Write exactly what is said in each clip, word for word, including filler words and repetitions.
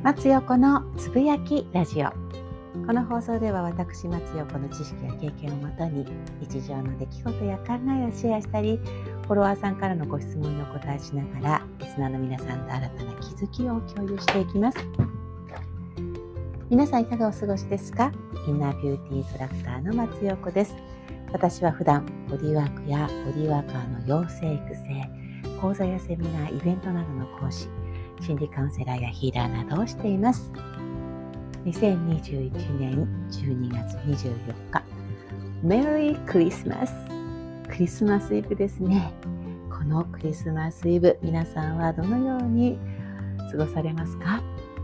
松代子のつぶやきラジオ。この放送では私松代子の知識や経験をもとに日常の出来事や考えをシェアしたり、フォロワーさんからのご質問にお答えしながらリスナーの皆さんと新たな気づきを共有していきます。皆さんいかがお過ごしですか？インナービューティーインストラクターの松代子です。私は普段ボディーワークやボディーワーカーの養成育成、講座やセミナー、イベントなどの講師、心理カウンセラーやヒーラーなどをしています。にせんにじゅういちねんじゅうにがつにじゅうよっか、メリークリスマス。クリスマスイブですね。このクリスマスイブ、皆さんはどのように過ごされますか？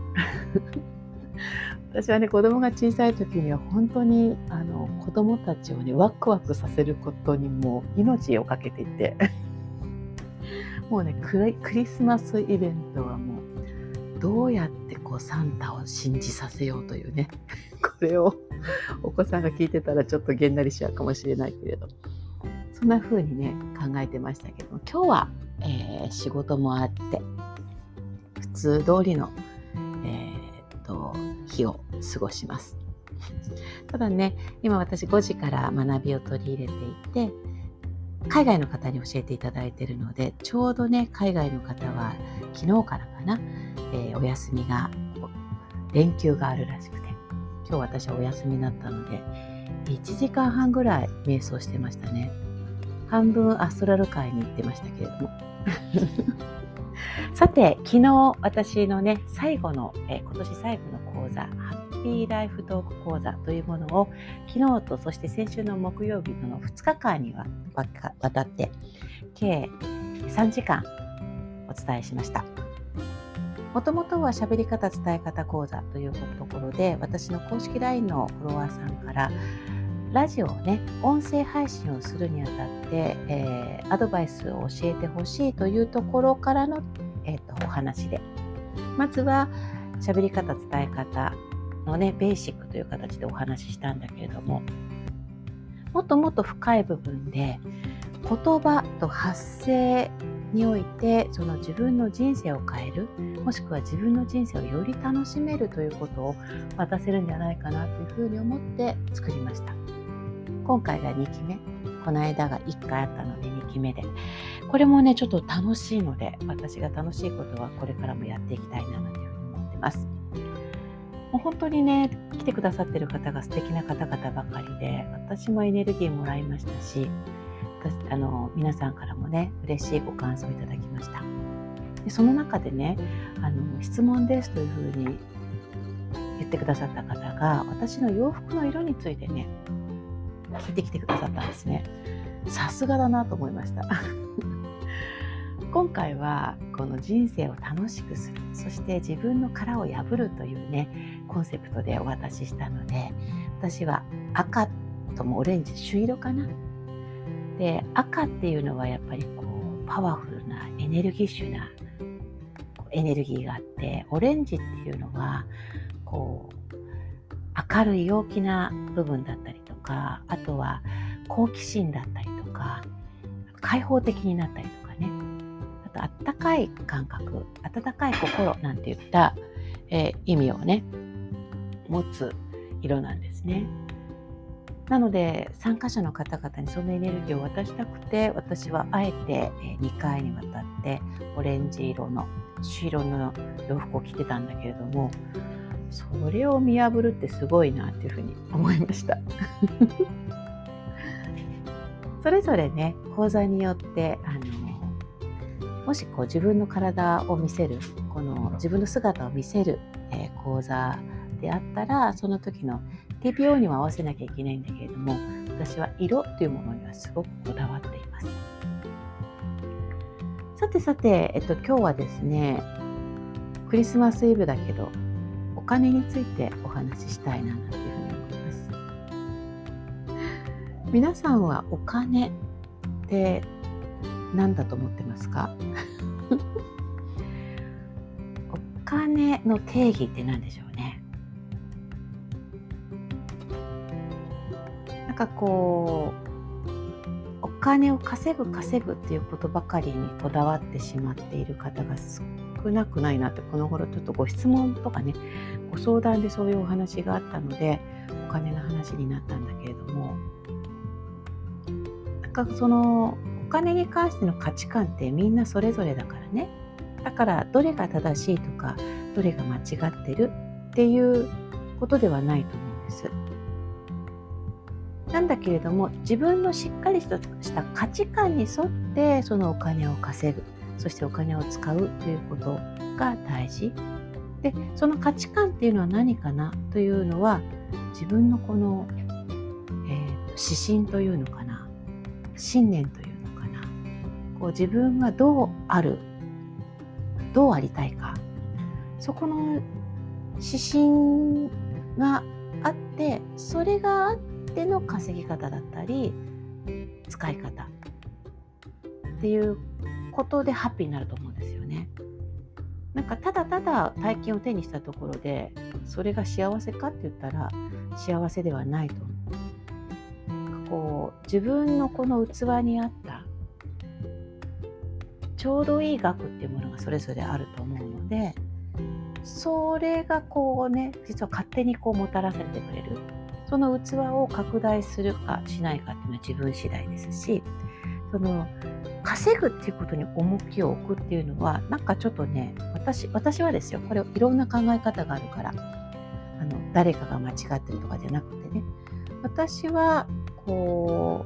私はね、子供が小さい時には本当にあの子供たちをねワクワクさせることにもう命をかけていてもうねクリ、クリスマスイベントはもうどうやってこうサンタを信じさせようというねこれをお子さんが聞いてたらちょっとげんなりしちゃうかもしれないけれど、そんな風にね考えてましたけども、今日は、えー、仕事もあって普通通りの、えー、っと日を過ごします。ただね、今私ごじから学びを取り入れていて、海外の方に教えていただいているので、ちょうどね海外の方は昨日からかな、えー、お休みが連休があるらしくて、今日私はお休みになったのでいちじかんはんぐらい瞑想してましたね。半分アストラル界に行ってましたけれどもさて、昨日私のね最後の、えー、今年最後の講座、ハッピーライフトーク講座というものを昨日とそして先週の木曜日のふつかかんにはわたって計さんじかんお伝えしました。もともとは喋り方伝え方講座というところで、私の公式 ライン のフォロワーさんからラジオをね音声配信をするにあたって、えー、アドバイスを教えてほしいというところからの、えー、とお話で、まずは喋り方伝え方のねベーシックという形でお話ししたんだけれども、もっともっと深い部分で言葉と発声においてその自分の人生を変える、もしくは自分の人生をより楽しめるということを渡せるんじゃないかなというふうに思って作りました。今回がにきめ、この間がいっかいあったのでにきめで、これもねちょっと楽しいので、私が楽しいことはこれからもやっていきたいなというふうに思ってます。もう本当にね来てくださってる方が素敵な方々ばかりで、私もエネルギーもらいましたし、あの皆さんからもね嬉しいご感想いただきました。でその中でねあの質問ですというふうに言ってくださった方が、私の洋服の色についてね聞いてきてくださったんですね。さすがだなと思いました今回はこの人生を楽しくする、そして自分の殻を破るというねコンセプトでお渡ししたので、私は赤ともオレンジ、朱色かな。で赤っていうのはやっぱりこうパワフルなエネルギッシュなエネルギーがあって、オレンジっていうのはこう明るい陽気な部分だったりとか、あとは好奇心だったりとか、開放的になったりとかね、あとあったかい感覚、温かい心なんていった、えー、意味をね持つ色なんですね。なので参加者の方々にそのエネルギーを渡したくて、私はあえてにかいにわたってオレンジ色の朱色の洋服を着てたんだけれども、それを見破るってすごいなっていうふうに思いましたそれぞれね講座によってあのもしこう自分の体を見せる、この自分の姿を見せる、えー、講座であったら、その時の ティーピーオー にも合わせなきゃいけないんだけれども、私は色というものにはすごくこだわっています。さてさて、えっと、今日はですねクリスマスイブだけどお金についてお話ししたいなというふうに思います。皆さんはお金って何だと思ってますか？お金の定義って何でしょうね。なんかこうお金を稼ぐ稼ぐっていうことばかりにこだわってしまっている方がすっ少なくないなって、この頃ちょっとご質問とかね、ご相談でそういうお話があったのでお金の話になったんだけれども、なんかそのお金に関しての価値観ってみんなそれぞれだからね。だからどれが正しいとかどれが間違ってるっていうことではないと思うんです。なんだけれども、自分のしっかりとした価値観に沿ってそのお金を稼ぐ、そしてお金を使うということが大事で、その価値観っていうのは何かなというのは、自分のこの、えー、指針というのかな、信念というのかな、こう自分がどうある、どうありたいか、そこの指針があって、それがあっての稼ぎ方だったり使い方っていうことでハッピーになると思うんですよね。なんかただただ大金を手にしたところでそれが幸せかって言ったら幸せではないと思う。こう自分のこの器に合ったちょうどいい額っていうものがそれぞれあると思うので、それがこうね、実は勝手にこうもたらされてくれる。その器を拡大するかしないかっていうのは自分次第ですし、その稼ぐっていうことに重きを置くっていうのはなんかちょっとね、私私はですよ、これいろんな考え方があるから、あの誰かが間違ってるとかじゃなくてね、私はこ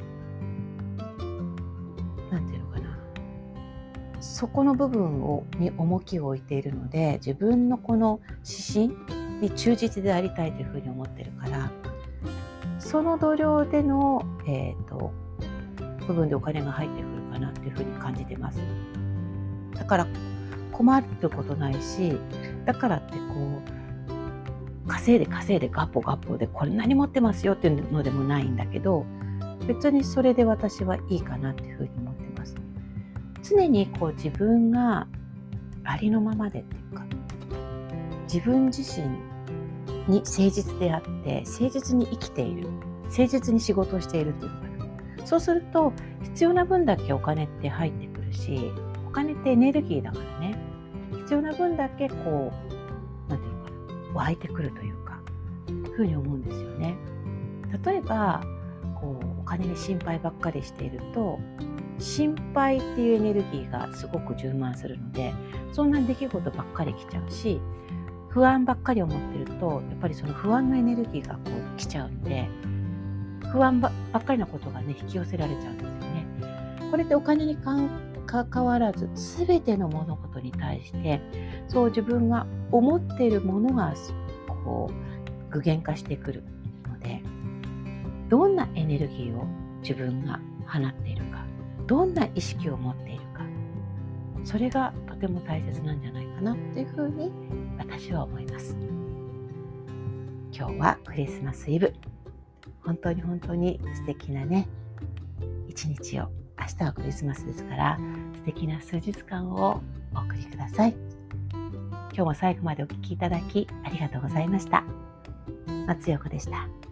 うなんていうのかな、そこの部分をに重きを置いているので、自分のこの指針に忠実でありたいというふうに思ってるから、その度量での、えーと、部分でお金が入ってくるかなっていうふうに感じてます。だから困ることないし、だからってこう稼いで稼いでガッポガッポでこんなに持ってますよっていうのでもないんだけど、別にそれで私はいいかなっていうふうに思ってます。常にこう自分がありのままでっていうか、自分自身に誠実であって誠実に生きている、誠実に仕事をしているっていうのかな。そうすると必要な分だけお金って入ってくるし、お金ってエネルギーだからね、必要な分だけこうなんていうのかな、湧いてくるというか、いうふうに思うんですよね。例えばこうお金に心配ばっかりしていると、心配っていうエネルギーがすごく充満するので、そんな出来事ばっかり来ちゃうし、不安ばっかり思ってるとやっぱりその不安のエネルギーがこう来ちゃうので、不安 ば, ばっかりのことがね引き寄せられちゃうんですよね。これってお金に関わらず全ての物事に対してそう自分が思っているものがこう具現化してくるので、どんなエネルギーを自分が放っているか、どんな意識を持っているか、それがとても大切なんじゃないかなというふうに私は思います。今日はクリスマスイブ、本当に本当に素敵なね一日を、明日はクリスマスですから素敵な数日間をお送りください。今日も最後までお聞きいただきありがとうございました。松陽子でした。